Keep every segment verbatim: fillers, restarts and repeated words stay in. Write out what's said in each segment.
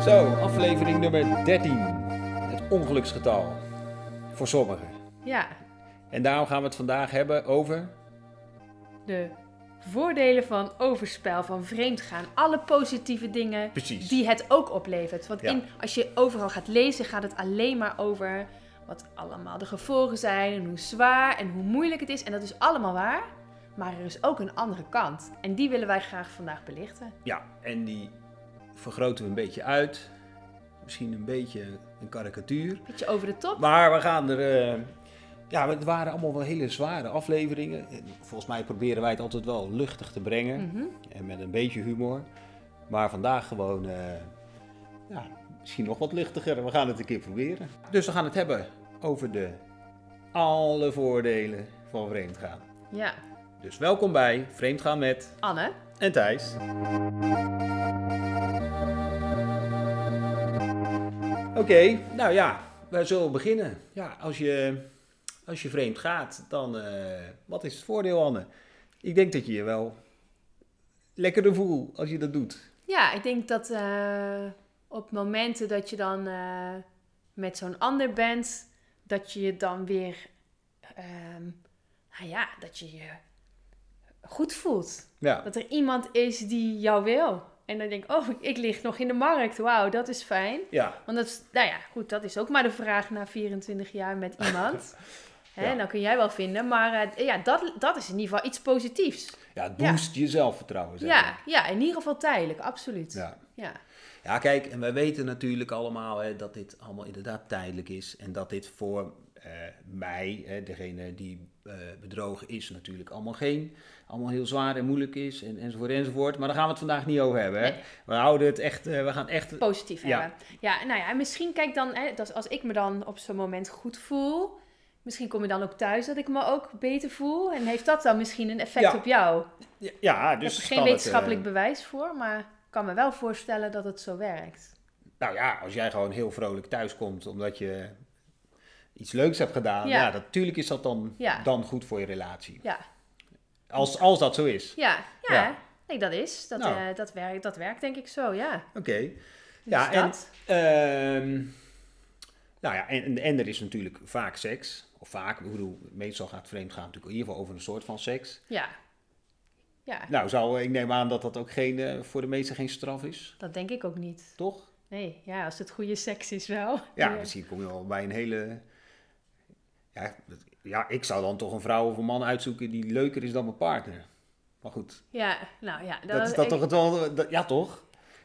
Zo, aflevering nummer dertien. Het ongeluksgetal. Voor sommigen. Ja. En daarom gaan we het vandaag hebben over... De voordelen van overspel, van vreemdgaan. Alle positieve dingen Precies. die het ook oplevert. Want Ja. in, als je overal gaat lezen, gaat het alleen maar over wat allemaal de gevolgen zijn. En hoe zwaar en hoe moeilijk het is. En dat is allemaal waar. Maar er is ook een andere kant. En die willen wij graag vandaag belichten. Ja, en die vergroten we een beetje uit. Misschien een beetje een karikatuur. Beetje over de top. Maar we gaan er... Uh, ja, het waren allemaal wel hele zware afleveringen. En volgens mij proberen wij het altijd wel luchtig te brengen. Mm-hmm. En met een beetje humor. Maar vandaag gewoon... Uh, ja, misschien nog wat luchtiger. We gaan het een keer proberen. Dus we gaan het hebben over de... alle voordelen van vreemdgaan. Ja. Dus welkom bij Vreemdgaan met... Anne. En Thijs. Oké, okay, nou ja, wij zullen beginnen. Ja, als je, als je vreemd gaat, dan uh, wat is het voordeel, Anne? Ik denk dat je je wel lekkerder voelt als je dat doet. Ja, ik denk dat uh, op momenten dat je dan uh, met zo'n ander bent, dat je je dan weer, um, nou ja, dat je je goed voelt. Ja. Dat er iemand is die jou wil. En dan denk ik, oh, ik lig nog in de markt. Wauw, dat is fijn. Ja. Want dat is, nou ja, goed, dat is ook maar de vraag na vierentwintig jaar met iemand. Hè, ja. Nou kun jij wel vinden, maar uh, ja, dat, dat is in ieder geval iets positiefs. Ja, het boost ja. je zelfvertrouwen. Zeg ja, ja, in ieder geval tijdelijk, absoluut. Ja. Ja. Ja, kijk, en wij weten natuurlijk allemaal hè, dat dit allemaal inderdaad tijdelijk is. En dat dit voor uh, mij, hè, degene die uh, bedrogen is, natuurlijk allemaal geen... allemaal heel zwaar en moeilijk is, en, enzovoort, enzovoort. Maar daar gaan we het vandaag niet over hebben. Hè? Nee. We houden het echt, uh, we gaan echt... positief ja. hebben. Ja, nou ja, misschien kijk dan, hè, dat als ik me dan op zo'n moment goed voel, misschien kom je dan ook thuis dat ik me ook beter voel. En heeft dat dan misschien een effect ja. op jou? Ja, ja dus... Ik heb er geen wetenschappelijk het, uh... bewijs voor, maar ik kan me wel voorstellen dat het zo werkt. Nou ja, als jij gewoon heel vrolijk thuis komt, omdat je iets leuks hebt gedaan, ja, ja natuurlijk is dat dan, ja. dan goed voor je relatie. Ja. Als, als dat zo is. Ja, ja, ja. Nee, dat is. Dat, nou. uh, dat, werkt, dat werkt denk ik zo, ja. Oké. Okay. Ja, en, uh, nou ja, en, en er is natuurlijk vaak seks. Of vaak, ik bedoel, meestal gaat vreemdgaan natuurlijk in ieder geval over een soort van seks. Ja. Ja. Nou, zou, ik neem aan dat dat ook geen, uh, voor de meesten geen straf is. Dat denk ik ook niet. Toch? Nee, ja, als het goede seks is wel. Ja, misschien kom je wel bij een hele... Ja, ja, ik zou dan toch een vrouw of een man uitzoeken die leuker is dan mijn partner. Maar goed. Ja, nou ja. Dat, dat is dat ik... toch het wel... Dat, ja, toch?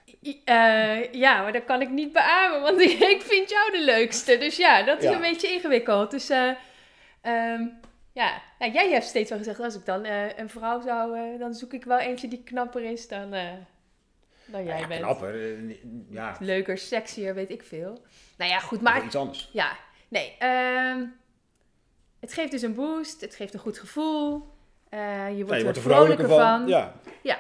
Uh, ja, maar dat kan ik niet beamen, want ik vind jou de leukste. Dus ja, dat is ja. een beetje ingewikkeld. Dus uh, um, ja, ja, jij hebt steeds wel gezegd, als ik dan uh, een vrouw zou... Uh, dan zoek ik wel eentje die knapper is dan, uh, dan jij ja, bent. Knapper, uh, ja. Leuker, sexier, weet ik veel. Nou ja, goed, maar... Of iets anders. Ja, nee. Um, Het geeft dus een boost, het geeft een goed gevoel. Uh, je wordt, ja, je wordt er vrolijker van. van. Ja. Ja.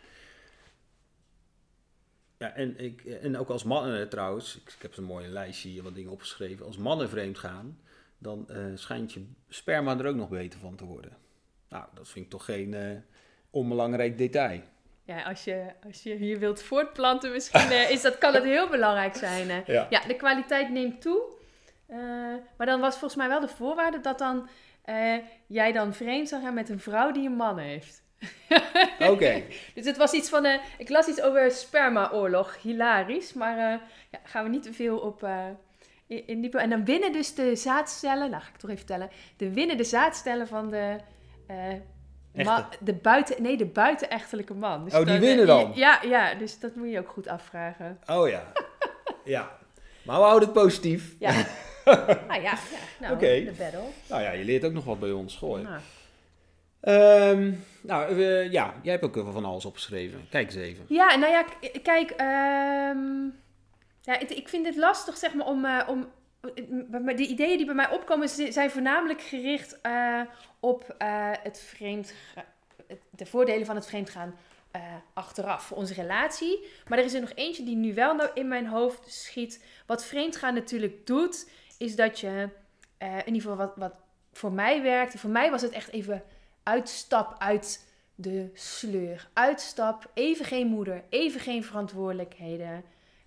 Ja, en, ik, en ook als mannen trouwens, ik, ik heb zo'n mooie lijstje hier wat dingen opgeschreven. Als mannen vreemd gaan, dan uh, schijnt je sperma er ook nog beter van te worden. Nou, dat vind ik toch geen uh, onbelangrijk detail. Ja, als je, als je hier wilt voortplanten misschien, uh, is dat, kan het heel belangrijk zijn. Uh. Ja. ja, de kwaliteit neemt toe. Uh, maar dan was volgens mij wel de voorwaarde dat dan uh, jij dan vreemd zou gaan met een vrouw die een man heeft. Oké. Okay. Dus het was iets van, uh, ik las iets over spermaoorlog, hilarisch, maar uh, ja, gaan we niet te veel op uh, in, in diepe. En dan winnen dus de zaadcellen, nou ga ik toch even vertellen, de winnen de zaadcellen van de, uh, ma- de buiten, nee de buitenechtelijke man. Dus oh, die dan, winnen dan? Ja, ja, dus dat moet je ook goed afvragen. Oh ja, ja. Maar we houden het positief. Ja. Ah ja, ja. Nou, okay. de battle. Nou ja, je leert ook nog wat bij ons school. Nou, um, nou uh, ja, jij hebt ook van alles opgeschreven. Kijk eens even. Ja, nou ja, k- kijk, um, ja, het, ik vind het lastig zeg maar om, uh, om uh, de ideeën die bij mij opkomen zijn voornamelijk gericht uh, op uh, het vreemd, de voordelen van het vreemdgaan uh, achteraf voor onze relatie. Maar er is er nog eentje die nu wel nou in mijn hoofd schiet. Wat vreemdgaan natuurlijk doet, is dat je, uh, in ieder geval wat, wat voor mij werkte, voor mij was het echt even uitstap uit de sleur. Uitstap, even geen moeder, even geen verantwoordelijkheden.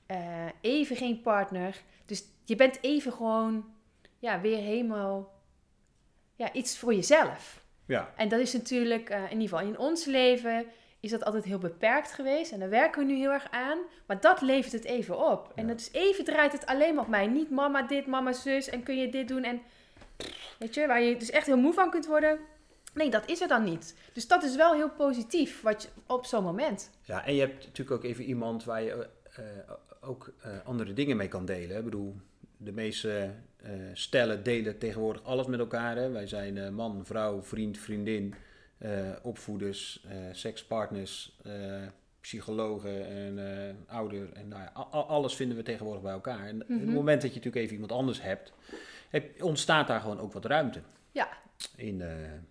uh, even geen partner. Dus je bent even gewoon ja, weer helemaal ja, iets voor jezelf. Ja. En dat is natuurlijk, uh, in ieder geval in ons leven, is dat altijd heel beperkt geweest. En daar werken we nu heel erg aan. Maar dat levert het even op. Ja. En dat is even draait het alleen maar op mij. Niet mama dit, mama zus en kun je dit doen. En weet je, waar je dus echt heel moe van kunt worden. Nee, dat is er dan niet. Dus dat is wel heel positief wat je, op zo'n moment. Ja, en je hebt natuurlijk ook even iemand waar je uh, ook uh, andere dingen mee kan delen. Ik bedoel, de meeste uh, stellen delen tegenwoordig alles met elkaar. Hè? Wij zijn uh, man, vrouw, vriend, vriendin, uh, opvoeders, uh, sekspartners, uh, psychologen en uh, ouder. En nou ja, a- alles vinden we tegenwoordig bij elkaar. En mm-hmm. op het moment dat je natuurlijk even iemand anders hebt, heb ontstaat daar gewoon ook wat ruimte. Ja. In... Uh,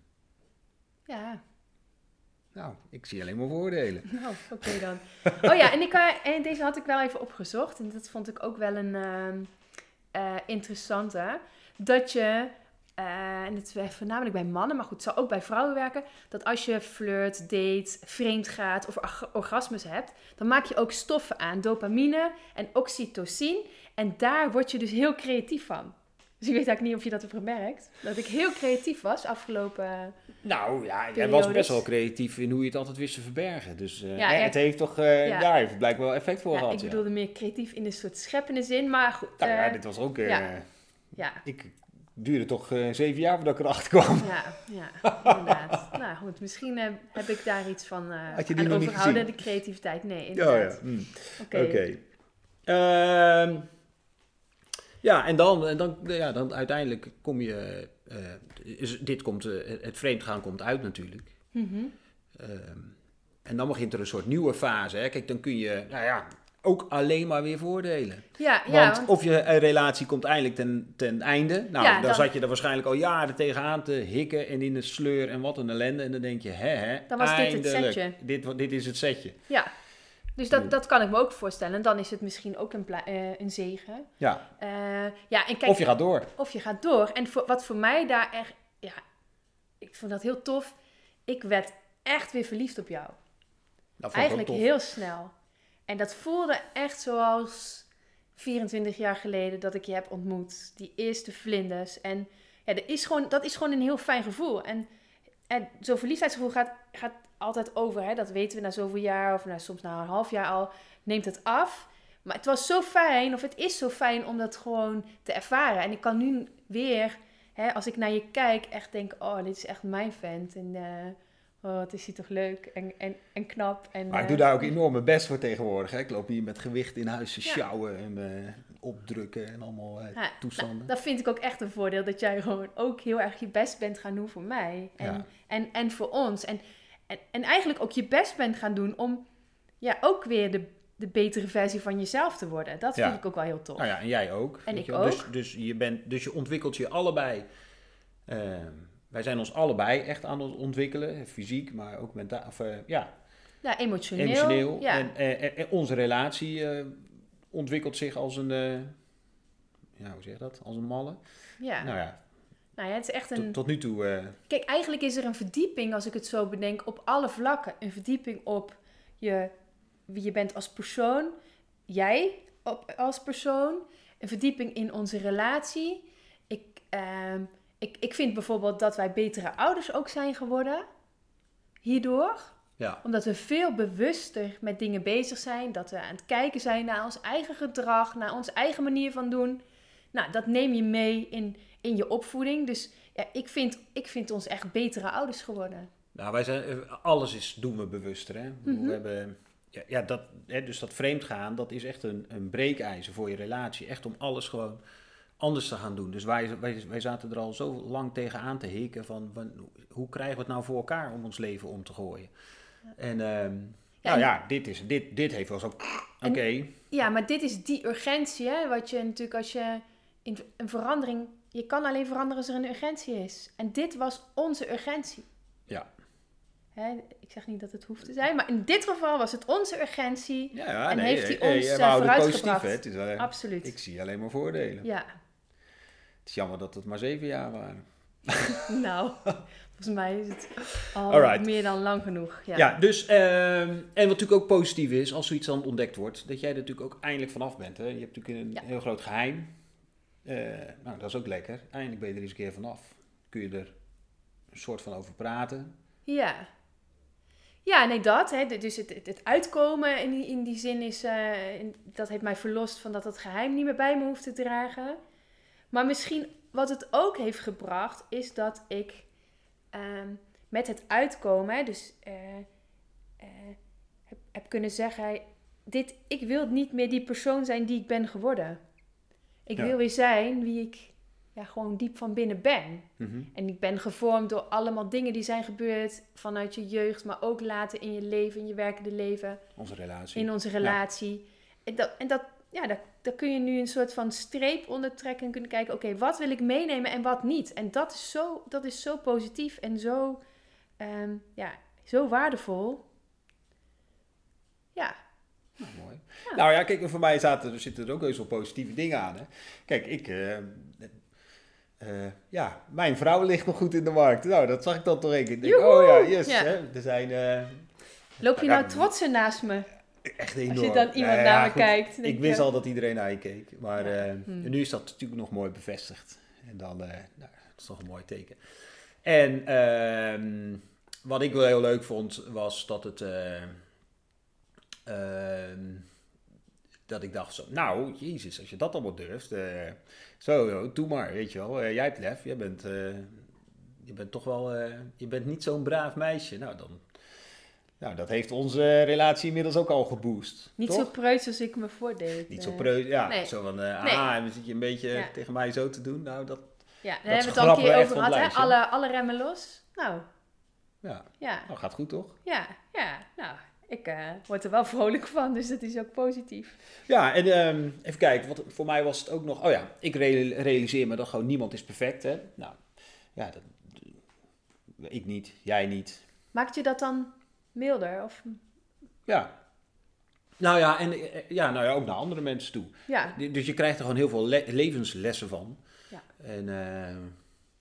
ja. Nou, ik zie alleen maar voordelen. Nou, oké okay dan. Oh ja, en, ik, uh, en deze had ik wel even opgezocht. En dat vond ik ook wel een uh, uh, interessante. Dat je, uh, en het is voornamelijk bij mannen, maar goed, het zal ook bij vrouwen werken. Dat als je flirt, date, vreemd gaat of ag- orgasmes hebt, dan maak je ook stoffen aan. Dopamine en oxytocine. En daar word je dus heel creatief van. Dus ik weet eigenlijk niet of je dat hebt gemerkt. Dat ik heel creatief was afgelopen Nou ja, jij was best wel creatief in hoe je het altijd wist te verbergen. Dus uh, ja, hè, ja. het heeft toch, uh, ja. daar heeft het blijkbaar wel effect voor ja, gehad. Ik ja. bedoelde meer creatief in een soort scheppende zin, maar goed. Nou ja, uh, dit was ook... Uh, ja. Ja. Ik duurde toch uh, zeven jaar voordat ik erachter kwam. Ja, ja, inderdaad. Nou goed, misschien uh, heb ik daar iets van uh, Had je die aan nog overhouden, niet de creativiteit. Nee, inderdaad. Oh, ja. mm. Oké. Okay. Okay. Uh, Ja, en dan, dan, ja, dan uiteindelijk kom je... Uh, is, dit komt, uh, het vreemdgaan komt uit natuurlijk. Mm-hmm. Uh, en dan begint er een soort nieuwe fase. Hè. Kijk, dan kun je nou ja, ook alleen maar weer voordelen. Ja, want, ja, want of je een relatie komt eindelijk ten, ten einde. Nou, ja, dan, dan zat je er waarschijnlijk al jaren tegenaan te hikken en in een sleur en wat een ellende. En dan denk je, hè, hè, dan was eindelijk. dit het setje. Dit, dit is het setje. Ja. Dus dat, dat kan ik me ook voorstellen. En dan is het misschien ook een, pla- uh, een zegen. Ja. Uh, ja en kijk, of je gaat door. Of je gaat door. En voor, wat voor mij daar echt... Ja, ik vond dat heel tof. Ik werd echt weer verliefd op jou. Dat vond Eigenlijk ik ook tof. heel snel. En dat voelde echt zoals vierentwintig jaar geleden dat ik je heb ontmoet. Die eerste vlinders. En ja, dat is gewoon, dat is gewoon een heel fijn gevoel. En, en zo'n verliefdheidsgevoel gaat... gaat altijd over, hè? Dat weten we na zoveel jaar of nou, soms na een half jaar al, neemt het af. Maar het was zo fijn, of het is zo fijn om dat gewoon te ervaren. En ik kan nu weer, hè, als ik naar je kijk, echt denken, oh, dit is echt mijn vent. En uh, oh, wat is hij toch leuk en, en, en knap. En, maar ik uh, doe daar ook enorm mijn best voor tegenwoordig. Hè? Ik loop hier met gewicht in huis te ja. sjouwen en uh, opdrukken en allemaal uh, ja, toestanden. Nou, dat vind ik ook echt een voordeel, dat jij gewoon ook heel erg je best bent gaan doen voor mij. En, ja. en, en voor ons. En En, en eigenlijk ook je best bent gaan doen om ja, ook weer de, de betere versie van jezelf te worden. Dat ja. vind ik ook wel heel tof. Nou ja, en jij ook. En ik je? ook. Dus, dus, je bent, dus je ontwikkelt je allebei. Uh, wij zijn ons allebei echt aan het ontwikkelen. Fysiek, maar ook mentaal. Of, uh, ja. ja, emotioneel. Emotioneel. Ja. En, en, en onze relatie uh, ontwikkelt zich als een... Uh, ja, hoe zeg je dat? Als een malle. Ja. Nou ja. Nou ja, het is echt een... Tot, tot nu toe... Uh... Kijk, eigenlijk is er een verdieping, als ik het zo bedenk, op alle vlakken. Een verdieping op je, wie je bent als persoon. Jij op, als persoon. Een verdieping in onze relatie. Ik, uh, ik, ik vind bijvoorbeeld dat wij betere ouders ook zijn geworden. Hierdoor. Ja. Omdat we veel bewuster met dingen bezig zijn. Dat we aan het kijken zijn naar ons eigen gedrag. Naar onze eigen manier van doen. Nou, dat neem je mee in... in je opvoeding. Dus ja, ik vind, ik vind ons echt betere ouders geworden. Nou, wij zijn, alles is, doen we bewuster. Hè? Mm-hmm. We hebben, ja, ja, dat, hè, dus dat vreemdgaan, dat is echt een, een breekijzer voor je relatie. Echt om alles gewoon anders te gaan doen. Dus wij, wij, wij zaten er al zo lang tegenaan te hikken van, van hoe krijgen we het nou voor elkaar om ons leven om te gooien? Ja. En um, ja, nou ja, dit, is, dit, dit heeft wel zo... Oké. Okay. Ja, maar dit is die urgentie, hè, wat je natuurlijk als je in een verandering... Je kan alleen veranderen als er een urgentie is. En dit was onze urgentie. Ja. Hè, ik zeg niet dat het hoeft te zijn, maar in dit geval was het onze urgentie. Ja, ja, en nee, heeft hij nee, ons nee, uh, vooruitgebracht. Positief, hè? Het is, uh, Absoluut. Ik zie alleen maar voordelen. Ja. Het is jammer dat het maar zeven jaar waren. Nou, volgens mij is het al Alright. meer dan lang genoeg. Ja, Ja, dus, ehm, en wat natuurlijk ook positief is, als zoiets dan ontdekt wordt, dat jij er natuurlijk ook eindelijk vanaf bent. Hè? Je hebt natuurlijk een Ja. heel groot geheim. Eh, nou, dat is ook lekker. Eindelijk ben je er eens een keer vanaf. Kun je er een soort van over praten. ja. Ja, nee, dat. Hè. Dus het, het, het uitkomen in die, in die zin is... eh, in- dat heeft mij verlost van dat het geheim niet meer bij me hoeft te dragen. Maar misschien wat het ook heeft gebracht... is dat ik ehm, met het uitkomen... hè, dus eh, eh, heb, heb kunnen zeggen... Dit, ik wil niet meer die persoon zijn die ik ben geworden. Ik Ja. wil weer zijn wie ik ja, gewoon diep van binnen ben. Mhm. En ik ben gevormd door allemaal dingen die zijn gebeurd vanuit je jeugd, maar ook later in je leven, in je werkende leven, Onze relatie. in onze relatie. En, dat, en dat, ja, daar, daar kun je nu een soort van streep onder trekken en kunnen kijken, oké, wat wil ik meenemen en wat niet? En dat is zo, dat is zo positief en zo, ehm, ja, zo waardevol. Ja. Nou, mooi. Ja. Nou ja, kijk, voor mij zaten, er zitten er ook heus wel positieve dingen aan. Hè? Kijk, ik... eh, eh, ja, mijn vrouw ligt nog goed in de markt. Nou, dat zag ik dan toch één keer. Ik denk, Joehoe! oh ja, yes. Ja. Hè? Er zijn... eh, Loop je Ja, nou trots naast me? echt enorm. Als je dan iemand Nou ja, naar me goed, kijkt. denk Ik je, wist al dat iedereen naar je keek. Maar Ja. eh, Hmm. nu is dat natuurlijk nog mooi bevestigd. En dan, eh, nou, dat is toch een mooi teken. En ehm, wat ik wel heel leuk vond, was dat het... eh, ehm, dat ik dacht zo, nou, jezus, als je dat allemaal durft. eh, zo, joh, doe maar, weet je wel. Eh, jij hebt lef, jij bent, eh, je bent toch wel... eh, je bent niet zo'n braaf meisje. Nou, dan... Nou, dat heeft onze relatie inmiddels ook al geboost. Niet toch? zo preuts als ik me voordeed. Niet zo eh. preus, ja, nee. zo van, eh, Nee. ah, en dan zit je een beetje Ja. tegen mij zo te doen. Nou, dat, Ja, daar Dat hebben we het al een schrappen we keer echt over van gehad, het hè? lijstje. Alle, alle remmen los. Nou, ja, ja, nou, gaat goed toch? ja, ja. Nou, ik eh, word er wel vrolijk van, dus dat is ook positief. Ja, en ehm, even kijken, wat, voor mij was het ook nog, oh ja, ik real- realiseer me dat gewoon niemand is perfect, hè. Nou, ja, dat, ik niet, jij niet. Maakt je dat dan milder? Of, Ja. Nou ja, en eh, ja, nou ja, ook naar andere mensen toe. ja, Dus je krijgt er gewoon heel veel le- levenslessen van. Ja. En eh, eh,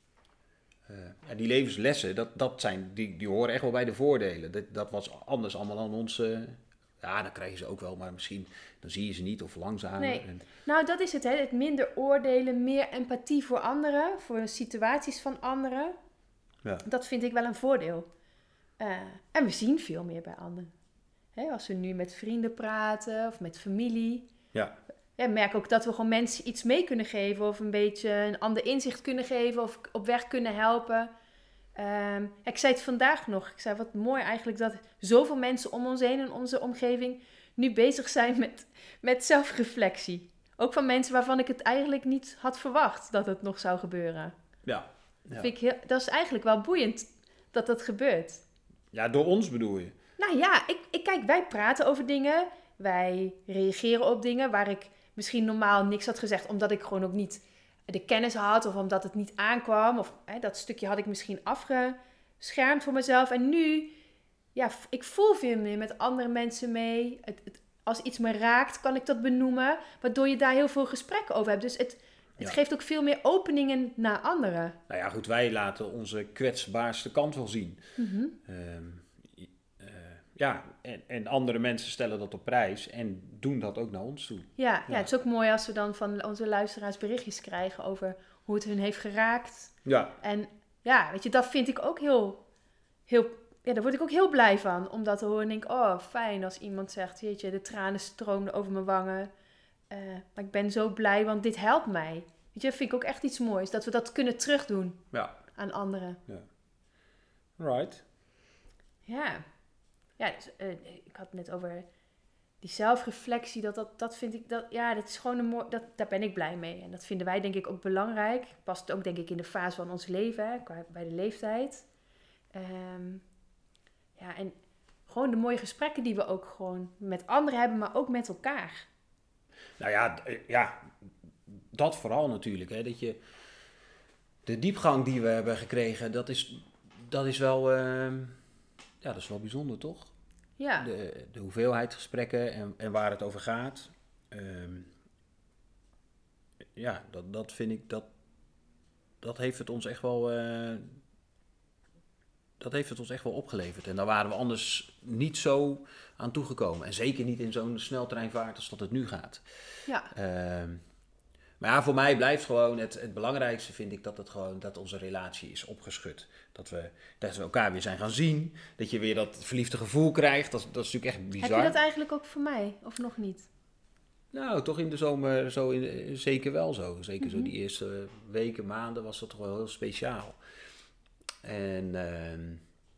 ja, die levenslessen, dat, dat zijn, die, die horen echt wel bij de voordelen. Dat, dat was anders allemaal aan ons. eh, ja, dan krijg je ze ook wel, maar misschien dan zie je ze niet of langzamer. Nee. En, nou dat is het, hè? Het minder oordelen, meer empathie voor anderen, voor de situaties van anderen. ja. Dat vind ik wel een voordeel. Eh, en we zien veel meer bij anderen. Hè, als we nu met vrienden praten of met familie. Ja. Ja, merk ook dat we gewoon mensen iets mee kunnen geven. Of een beetje een ander inzicht kunnen geven. Of op weg kunnen helpen. Ehm, ja, ik zei het vandaag nog. Ik zei wat mooi eigenlijk dat zoveel mensen om ons heen in onze omgeving nu bezig zijn met, met zelfreflectie. Ook van mensen waarvan ik het eigenlijk niet had verwacht dat het nog zou gebeuren. Ja. Ja. Vind ik heel, dat is eigenlijk wel boeiend dat dat gebeurt. ja, door ons bedoel je. Nou ja, ik, ik kijk, wij praten over dingen. Wij reageren op dingen waar ik misschien normaal niks had gezegd. Omdat ik gewoon ook niet de kennis had. Of omdat het niet aankwam. Of hè, dat stukje had ik misschien afgeschermd voor mezelf. En nu, ja, f- ik voel veel meer met andere mensen mee. Het, het, als iets me raakt, kan ik dat benoemen. Waardoor je daar heel veel gesprekken over hebt. Dus het, het Ja. geeft ook veel meer openingen naar anderen. Nou ja, goed, wij laten onze kwetsbaarste kant wel zien. Mhm. Ehm, i- eh, ja, en, en andere mensen stellen dat op prijs en doen dat ook naar ons toe. Ja, ja. Ja. het is ook mooi als we dan van onze luisteraars berichtjes krijgen over hoe het hun heeft geraakt. Ja, En ja, weet je, dat vind ik ook heel, heel, ja, daar word ik ook heel blij van. Om dat te horen en denk, oh, fijn als iemand zegt, jeetje, de tranen stroomden over mijn wangen. Eh, maar ik ben zo blij, want dit helpt mij. Weet je, dat vind ik ook echt iets moois, dat we dat kunnen terugdoen ja, aan anderen. right. Ja, ja dus, eh, ik had het net over die zelfreflectie, dat, dat, dat vind ik, dat, ja, dat is gewoon een mooi, dat, daar ben ik blij mee. En dat vinden wij denk ik ook belangrijk. Past ook denk ik in de fase van ons leven, hè, qua- bij de leeftijd. Ehm, ja, en gewoon de mooie gesprekken die we ook gewoon met anderen hebben, maar ook met elkaar. Nou ja, d- eh, ja, dat vooral natuurlijk. Hè, dat je de diepgang die we hebben gekregen, dat is, dat is wel, ehm, ja, dat is wel bijzonder, toch? Ja, De, de hoeveelheid gesprekken en, en waar het over gaat. Ehm, ja, dat, dat vind ik, dat, dat heeft het ons echt wel... Uh, dat heeft het ons echt wel opgeleverd. En daar waren we anders niet zo aan toegekomen. En zeker niet in zo'n sneltreinvaart als dat het nu gaat. Ja. Uh, maar ja, voor mij blijft gewoon het, het belangrijkste, vind ik, dat het gewoon dat onze relatie is opgeschud. Dat we, dat we elkaar weer zijn gaan zien. Dat je weer dat verliefde gevoel krijgt. Dat, dat is natuurlijk echt bizar. Heb je dat eigenlijk ook voor mij? Of nog niet? Nou, toch in de zomer zo in, zeker wel zo. Zeker Mm-hmm. zo die eerste weken, maanden was dat toch wel heel speciaal. En uh,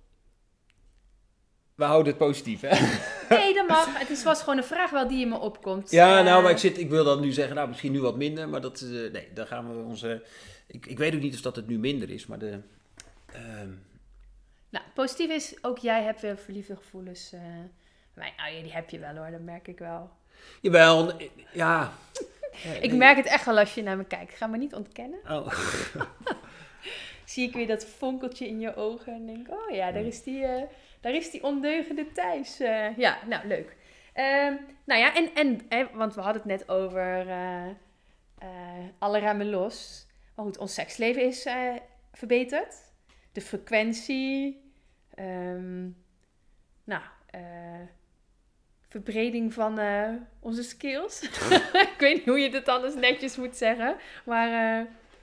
we houden het positief, hè? Nee, dat mag. Het is, was gewoon een vraag wel die in me opkomt. Ja, uh, nou, maar ik, zit, ik wil dan nu zeggen, nou, misschien nu wat minder. Maar dat, uh, nee, dan gaan we onze... Ik, ik weet ook niet of dat het nu minder is, maar de... Uh, nou, positief is, ook jij hebt weer verliefde gevoelens. Uh, maar, nou ja, die heb je wel hoor, dat merk ik wel. Jawel, ja. Ik merk het echt wel als je naar me kijkt. Ga me niet ontkennen. Oh. Zie ik weer dat fonkeltje in je ogen en denk, oh ja, daar is die, uh, daar is die ondeugende Thijs. Uh, ja, nou, leuk. Uh, nou ja, en, en eh, want we hadden het net over uh, uh, alle remmen los. Maar goed, ons seksleven is uh, verbeterd. De frequentie. Um, nou, uh, verbreding van uh, onze skills. Ik weet niet hoe je dit anders netjes moet zeggen. Maar uh,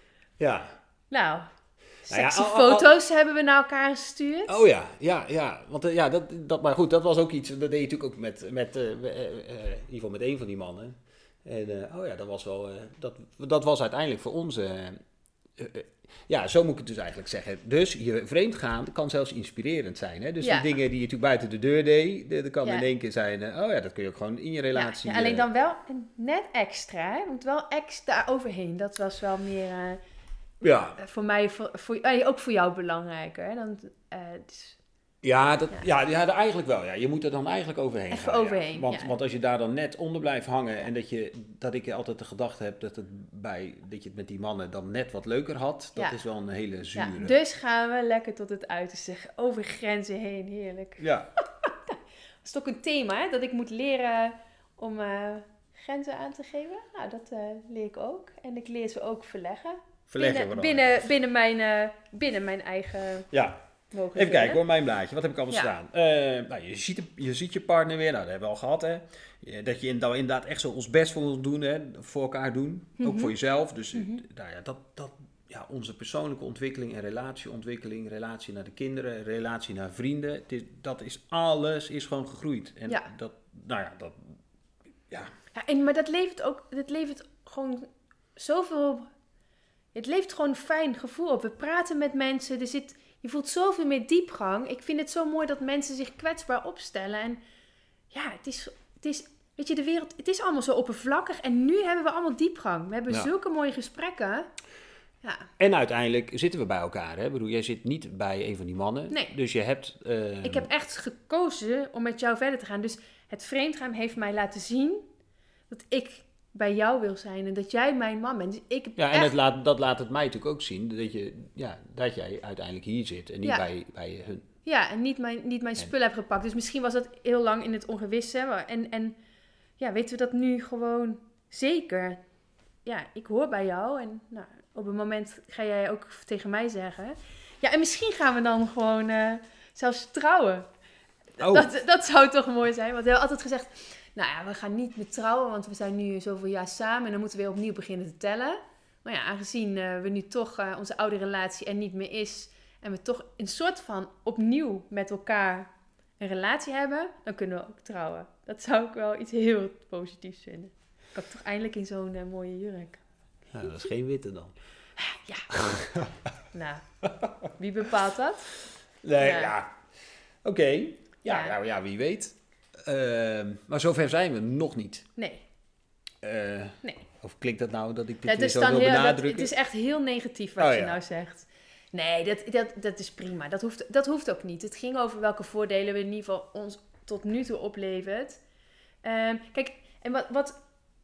ja. Nou, sexy nou ja, al, al, foto's al, hebben we naar elkaar gestuurd. Oh ja, ja, ja. Want uh, ja, dat, dat, maar goed, dat was ook iets, dat deed je natuurlijk ook met, met uh, uh, uh, in ieder geval met een van die mannen. En uh, oh ja, dat was wel, uh, dat, dat was uiteindelijk voor ons, uh, uh, uh, ja, zo moet ik het dus eigenlijk zeggen. Dus je vreemd gaan kan zelfs inspirerend zijn. Hè? Dus ja. die dingen die je natuurlijk buiten de deur deed, dat kan ja. in één keer zijn, uh, oh ja, dat kun je ook gewoon in je relatie. Ja, ja, alleen dan wel net extra, hè? Moet wel extra overheen. Dat was wel meer... Uh, Ja. Voor mij, voor, voor, uh, ook voor jou belangrijker. Hè? Dan, uh, dus, ja, dat, ja. Ja, ja, eigenlijk wel. Ja. Je moet er dan eigenlijk overheen Even gaan. overheen, ja. Want, ja. want als je daar dan net onder blijft hangen en dat, je, dat ik altijd de gedachte heb dat, het bij, dat je het met die mannen dan net wat leuker had, dat ja. is wel een hele zure. Ja, dus gaan we lekker tot het uiterste. Over grenzen heen, heerlijk. Ja. Dat is ook een thema, hè? Dat ik moet leren om uh, grenzen aan te geven. Nou, dat uh, leer ik ook. En ik leer ze ook verleggen. Verleggen binnen, binnen, binnen, mijn, uh, binnen mijn eigen ja. mogelijkheden. Even kijken hoor, mijn blaadje. Wat heb ik allemaal ja. staan? Uh, nou, je, ziet, je ziet je partner weer. Nou, dat hebben we al gehad. Hè. Dat je dan inderdaad echt zo ons best voor ons doen. Hè. Voor elkaar doen. Mm-hmm. Ook voor jezelf. Dus mm-hmm. nou ja, dat, dat, ja, onze persoonlijke ontwikkeling en relatieontwikkeling. Relatie naar de kinderen. Relatie naar vrienden. Het is, dat is alles is gewoon gegroeid. En ja. dat, nou ja, dat... Ja. ja en, maar dat levert ook... Dat levert gewoon zoveel... Het levert gewoon een fijn gevoel op. We praten met mensen. Er zit, je voelt zoveel meer diepgang. Ik vind het zo mooi dat mensen zich kwetsbaar opstellen. En ja, het is, het is, weet je, de wereld, het is allemaal zo oppervlakkig. En nu hebben we allemaal diepgang. We hebben ja. zulke mooie gesprekken. Ja. En uiteindelijk zitten we bij elkaar. Hè? Ik bedoel, jij zit niet bij een van die mannen. Nee. Dus je hebt... Uh... Ik heb echt gekozen om met jou verder te gaan. Dus het vreemdgaan heeft mij laten zien dat ik... bij jou wil zijn en dat jij mijn man bent. Dus ik ja, en echt... het laat, dat laat het mij natuurlijk ook zien dat, je, ja, dat jij uiteindelijk hier zit en niet ja. bij, bij hun. Ja, en niet mijn, niet mijn spullen heb gepakt. Dus misschien was dat heel lang in het ongewisse. En, en ja, weten we dat nu gewoon zeker. Ja, ik hoor bij jou en nou, op een moment ga jij ook tegen mij zeggen. Ja, en misschien gaan we dan gewoon uh, zelfs trouwen. Oh. Dat, dat zou toch mooi zijn, want we hebben altijd gezegd... Nou ja, we gaan niet meer trouwen, want we zijn nu zoveel jaar samen en dan moeten we weer opnieuw beginnen te tellen. Maar ja, aangezien uh, we nu toch uh, onze oude relatie er niet meer is en we toch een soort van opnieuw met elkaar een relatie hebben, dan kunnen we ook trouwen. Dat zou ik wel iets heel positiefs vinden. Kan ik toch eindelijk in zo'n uh, mooie jurk. Ja, dat is geen witte dan. Ja. Nou, wie bepaalt dat? Nee, ja. ja. Oké. Okay. Ja, ja. Nou, ja, wie weet. Uh, maar zover zijn we nog niet. Nee. Uh, nee. Of klinkt dat nou dat ik dit het weer is zo dan wil heel, benadrukken? Dat, het is echt heel negatief wat oh, je ja. nou zegt. Nee, dat, dat, dat is prima. Dat hoeft, dat hoeft ook niet. Het ging over welke voordelen we in ieder geval ons tot nu toe oplevert. Um, kijk, en wat, wat...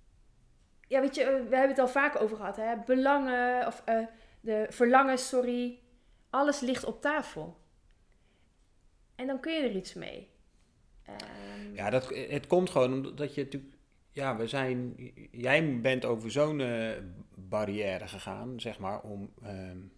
Ja, weet je, we hebben het al vaak over gehad. Hè? Belangen, of uh, de verlangen, sorry. Alles ligt op tafel. En dan kun je er iets mee. Um, ja, dat, het komt gewoon omdat je natuurlijk... Ja, we zijn, jij bent over zo'n uh, barrière gegaan, zeg maar, om, um,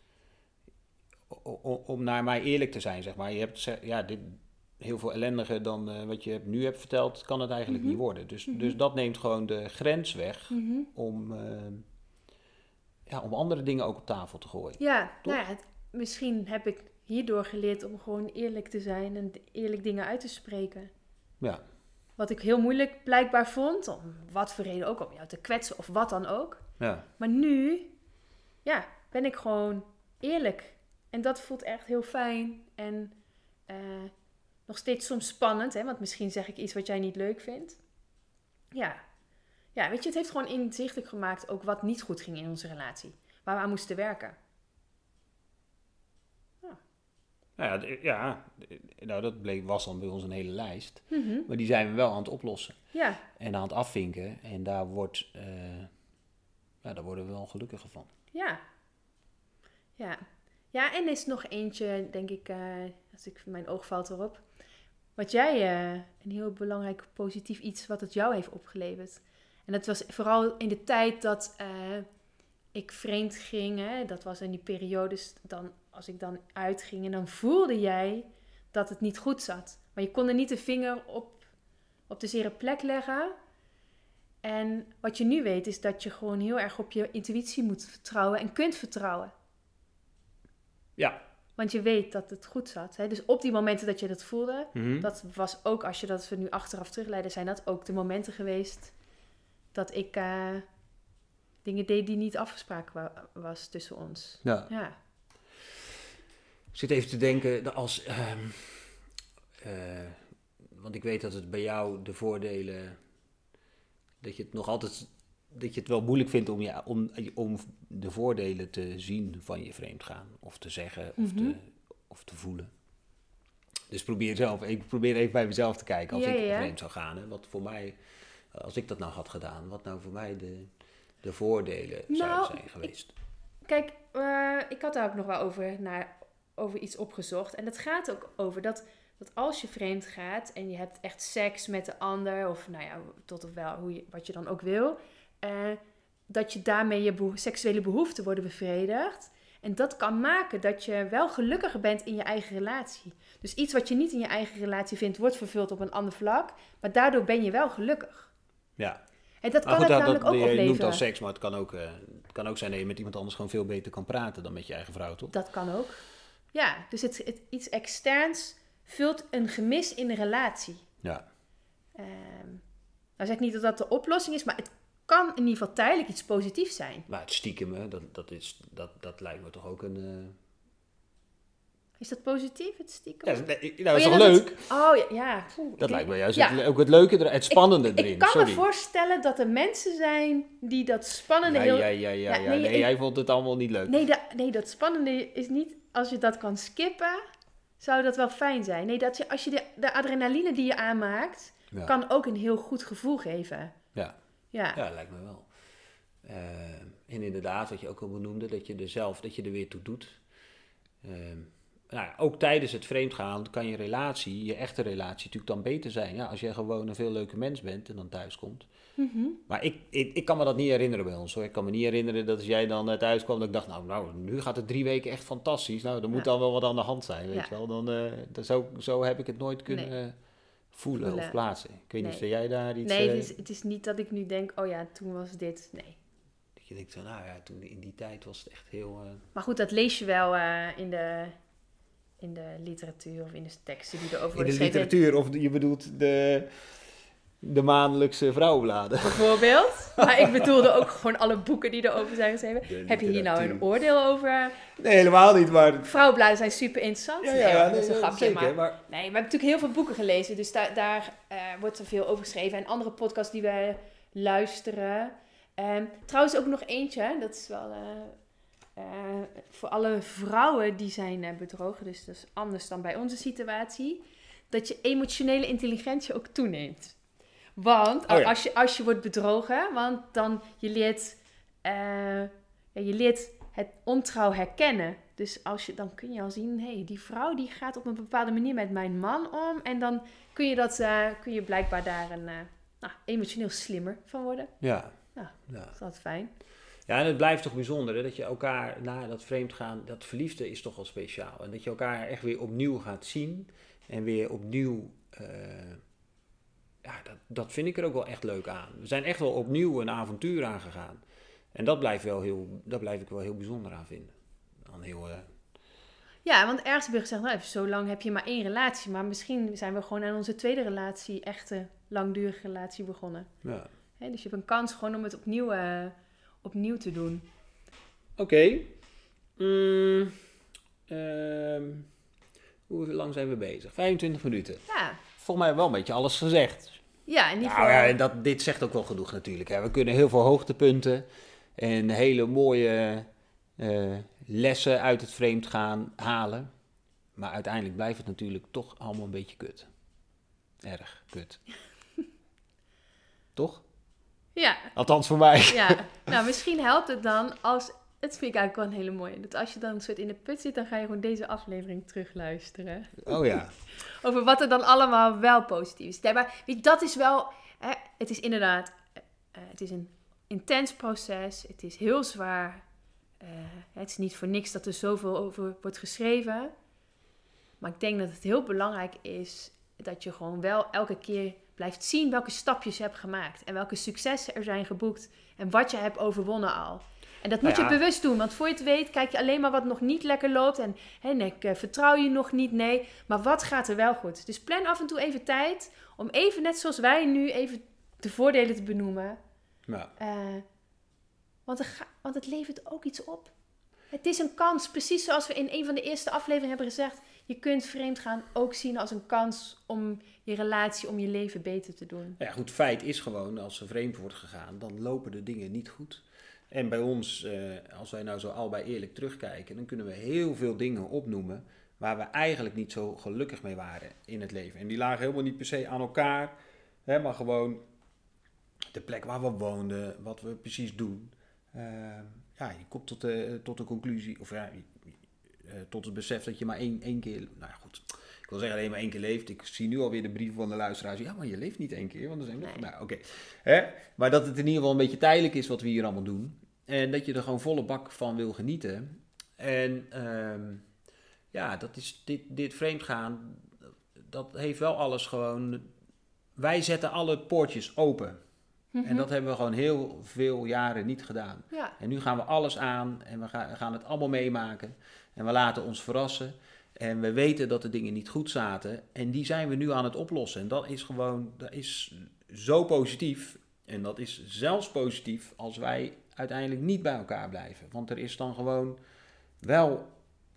om, om naar mij eerlijk te zijn, zeg maar. Je hebt, ja, dit, heel veel ellendiger dan uh, wat je nu hebt verteld, kan het eigenlijk mm-hmm. niet worden. Dus, mm-hmm. dus dat neemt gewoon de grens weg mm-hmm. om, uh, ja, om andere dingen ook op tafel te gooien. Ja, nou ja, het, misschien heb ik hierdoor geleerd om gewoon eerlijk te zijn en eerlijk dingen uit te spreken. Ja. Wat ik heel moeilijk blijkbaar vond, om wat voor reden ook, om jou te kwetsen of wat dan ook. Ja. Maar nu, ja, ben ik gewoon eerlijk. En dat voelt echt heel fijn en uh, nog steeds soms spannend, hè? Want misschien zeg ik iets wat jij niet leuk vindt. Ja. Ja, weet je, het heeft gewoon inzichtelijk gemaakt ook wat niet goed ging in onze relatie. Waar we aan moesten werken. Nou ja, ja, nou dat bleek, was dan bij ons een hele lijst. Mm-hmm. Maar die zijn we wel aan het oplossen. Ja. En aan het afvinken. En daar, wordt, uh, ja, daar worden we wel gelukkiger van. Ja. Ja. Ja, en er is nog eentje, denk ik, uh, als ik mijn oog valt erop. Wat jij, uh, een heel belangrijk positief iets wat het jou heeft opgeleverd. En dat was vooral in de tijd dat uh, ik vreemd ging. Hè, dat was in die periodes dan... Als ik dan uitging en dan voelde jij dat het niet goed zat. Maar je kon er niet de vinger op, op de zere plek leggen. En wat je nu weet is dat je gewoon heel erg op je intuïtie moet vertrouwen en kunt vertrouwen. Ja. Want je weet dat het goed zat. Hè? Dus op die momenten dat je dat voelde, mm-hmm. dat was ook, als je dat we nu achteraf terugleiden, zijn dat ook de momenten geweest dat ik uh, dingen deed die niet afgesproken wa- was tussen ons. Ja. Ja. Ik zit even te denken, als, uh, uh, want ik weet dat het bij jou de voordelen, dat je het nog altijd, dat je het wel moeilijk vindt om, je, om, om de voordelen te zien van je vreemdgaan. Of te zeggen, mm-hmm. of, te, of te voelen. Dus probeer zelf, ik probeer even bij mezelf te kijken als ja, ik ja. vreemd zou gaan. Hè, wat voor mij, als ik dat nou had gedaan, wat nou voor mij de, de voordelen nou, zouden zijn geweest. Ik, kijk, uh, ik had daar ook nog wel over naar... over iets opgezocht. En het gaat ook over dat, dat als je vreemd gaat en je hebt echt seks met de ander, of nou ja, tot of wel hoe je, wat je dan ook wil, uh, dat je daarmee je beho- seksuele behoeften worden bevredigd. En dat kan maken dat je wel gelukkiger bent in je eigen relatie. Dus iets wat je niet in je eigen relatie vindt, wordt vervuld op een ander vlak, maar daardoor ben je wel gelukkig. Ja. En dat kan goed, het dat, namelijk dat, ook je opleveren. Je noemt al seks, maar het kan ook, uh, het kan ook zijn dat je met iemand anders gewoon veel beter kan praten dan met je eigen vrouw, toch? Dat kan ook. Ja, dus het, het, iets externs vult een gemis in de relatie. Ja. Um, nou zeg ik niet dat dat de oplossing is, maar het kan in ieder geval tijdelijk iets positiefs zijn. Maar het stiekem, dat, dat, is, dat, dat lijkt me toch ook een... Uh... Is dat positief, het stiekem? Ja, nou, dat is oh, toch ja, leuk? Dat, oh ja, ja. Oeh, dat ik, lijkt me juist ja. het, ook het leuke, het spannende ik, erin. Ik kan Sorry. me voorstellen dat er mensen zijn die dat spannende... Ja, heel... ja, ja, ja, ja. Nee, nee, ik, jij vond het allemaal niet leuk. Nee, da, nee, dat spannende is niet... Als je dat kan skippen, zou dat wel fijn zijn. Nee, dat je, als je de, de adrenaline die je aanmaakt, ja. kan ook een heel goed gevoel geven. Ja, ja. ja lijkt me wel. Uh, en inderdaad, wat je ook al benoemde, dat je er zelf, dat je er weer toe doet. Uh, nou ja, ook tijdens het vreemdgaan kan je relatie, je echte relatie, natuurlijk dan beter zijn. Ja, als je gewoon een veel leuke mens bent en dan thuis komt. Mm-hmm. Maar ik, ik, ik kan me dat niet herinneren bij ons hoor. Ik kan me niet herinneren dat als jij dan thuis kwam, dat ik dacht, nou, nou nu gaat het drie weken echt fantastisch. Nou, er moet ja. dan wel wat aan de hand zijn, weet ja. je wel. Dan, uh, dan zo, zo heb ik het nooit kunnen nee. uh, voelen, voelen of plaatsen. Ik weet nee. niet of jij daar iets... Nee, uh, het is, het is niet dat ik nu denk, oh ja, toen was dit, nee. Dat je denkt, nou ja, toen in die tijd was het echt heel... Uh... Maar goed, dat lees je wel uh, in de... in de literatuur of in de teksten die erover worden geschreven. In de literatuur, of je bedoelt de, de maandelijkse vrouwenbladen. Bijvoorbeeld. Maar ik bedoelde ook gewoon alle boeken die erover zijn geschreven. Heb je hier nou een oordeel over? Nee, helemaal niet. Maar... Vrouwenbladen zijn super interessant. Ja, ja, ja, nee, dat is een nee, grapje. Zeker, maar... maar... Nee, we hebben natuurlijk heel veel boeken gelezen. Dus daar, daar uh, wordt er veel over geschreven. En andere podcasts die wij luisteren. Um, trouwens ook nog eentje. Dat is wel... Uh, Uh, voor alle vrouwen die zijn uh, bedrogen, dus dat is anders dan bij onze situatie, dat je emotionele intelligentie ook toeneemt. Want oh ja. als, je, als je wordt bedrogen, want dan je leert, uh, ja, je leert het ontrouw herkennen. Dus als je, dan kun je al zien, hé, hey, die vrouw die gaat op een bepaalde manier met mijn man om. En dan kun je, dat, uh, kun je blijkbaar daar een, uh, nou, emotioneel slimmer van worden. Ja. Ja, ja. dat is altijd fijn. Ja, en het blijft toch bijzonder hè, dat je elkaar na dat vreemdgaan, dat verliefde is toch wel speciaal. En dat je elkaar echt weer opnieuw gaat zien en weer opnieuw, uh, ja, dat, dat vind ik er ook wel echt leuk aan. We zijn echt wel opnieuw een avontuur aangegaan. En dat blijft wel heel, dat blijf ik wel heel bijzonder aan vinden. Dan heel... Uh, Ja, want ergens heb je gezegd, nou, even zo lang heb je maar één relatie. Maar misschien zijn we gewoon aan onze tweede relatie, echte langdurige relatie begonnen. Ja. Hè, dus je hebt een kans gewoon om het opnieuw, uh, opnieuw te doen. Oké. Okay. Mm, uh, hoe lang zijn we bezig? vijfentwintig minuten. Ja. Volgens mij wel een beetje alles gezegd. Ja, in ieder nou, geval. Ja, dat, dit zegt ook wel genoeg natuurlijk. Hè. We kunnen heel veel hoogtepunten en hele mooie... Uh, lessen uit het vreemd gaan halen. Maar uiteindelijk blijft het natuurlijk toch allemaal een beetje kut. Erg kut. Toch? Ja. Althans voor mij. Ja. Nou, misschien helpt het dan als... Het vind ik eigenlijk wel een hele mooie. Dat als je dan een soort in de put zit, dan ga je gewoon deze aflevering terugluisteren. Oh ja. Over wat er dan allemaal wel positief is. Ja, maar weet je, dat is wel... Hè, het is inderdaad... Uh, het is een intens proces. Het is heel zwaar. Uh, het is niet voor niks dat er zoveel over wordt geschreven. Maar ik denk dat het heel belangrijk is dat je gewoon wel elke keer blijft zien welke stapjes je hebt gemaakt. En welke successen er zijn geboekt. En wat je hebt overwonnen al. En dat moet nou ja. je bewust doen. Want voor je het weet kijk je alleen maar wat nog niet lekker loopt. En hè, nee, ik uh, vertrouw je nog niet, nee. Maar wat gaat er wel goed? Dus plan af en toe even tijd om even, net zoals wij nu, even de voordelen te benoemen. Ja. Uh, Want, er ga, want het levert ook iets op. Het is een kans, precies zoals we in een van de eerste afleveringen hebben gezegd. Je kunt vreemdgaan ook zien als een kans om je relatie, om je leven beter te doen. Ja goed, feit is gewoon, als er vreemd wordt gegaan, dan lopen de dingen niet goed. En bij ons, uh, als wij nou zo allebei eerlijk terugkijken, dan kunnen we heel veel dingen opnoemen waar we eigenlijk niet zo gelukkig mee waren in het leven. En die lagen helemaal niet per se aan elkaar, hè, maar gewoon de plek waar we woonden, wat we precies doen. Uh, ja, je komt tot de, tot de conclusie, of ja, uh, tot het besef dat je maar één, één keer, nou goed, ik wil zeggen alleen maar één keer leeft. Ik zie nu alweer de brieven van de luisteraars. Ja, maar je leeft niet één keer, want er zijn nog... Nee. Nou, oké. Okay. Maar dat het in ieder geval een beetje tijdelijk is wat we hier allemaal doen. En dat je er gewoon volle bak van wil genieten. En uh, ja, dat is dit, dit vreemdgaan, dat heeft wel alles gewoon... Wij zetten alle poortjes open. Mm-hmm. En dat hebben we gewoon heel veel jaren niet gedaan. Ja. En nu gaan we alles aan en we gaan, gaan het allemaal meemaken. En we laten ons verrassen. En we weten dat de dingen niet goed zaten. En die zijn we nu aan het oplossen. En dat is gewoon, dat is zo positief. En dat is zelfs positief als wij uiteindelijk niet bij elkaar blijven. Want er is dan gewoon wel...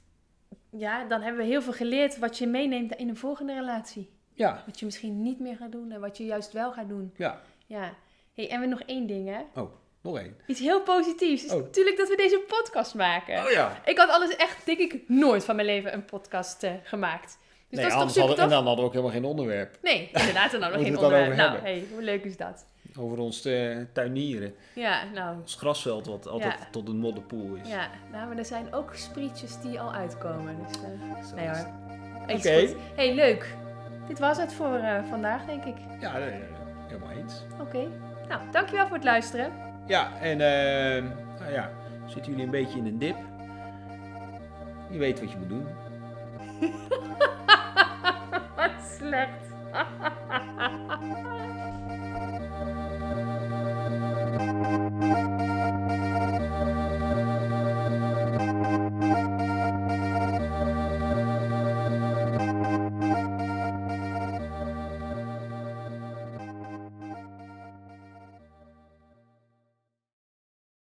Ja, dan hebben we heel veel geleerd wat je meeneemt in een volgende relatie. Ja. Wat je misschien niet meer gaat doen en wat je juist wel gaat doen. Ja. Ja. Hey, en we nog één ding, hè? Oh, nog één. Iets heel positiefs. Is oh. natuurlijk dat we deze podcast maken. Oh ja. Ik had alles echt, denk ik, nooit van mijn leven een podcast uh, gemaakt. Dus nee, dat is toch super hadden, tof? en dan hadden we ook helemaal geen onderwerp. Nee, inderdaad, en dan nog geen het onderwerp. Dan nou, hey, hoe leuk is dat? Over ons uh, tuinieren. Ja, nou. Ons grasveld wat altijd ja. tot een modderpoel is. Ja, nou, maar er zijn ook sprietjes die al uitkomen. Dus, uh, nee hoor. Oké. Okay. Hey, leuk. Dit was het voor uh, vandaag, denk ik. Ja, nee, helemaal eens. Oké. Okay. Nou, dankjewel voor het luisteren. Ja, en uh, nou ja, zitten jullie een beetje in een dip? Je weet wat je moet doen. Wat slecht.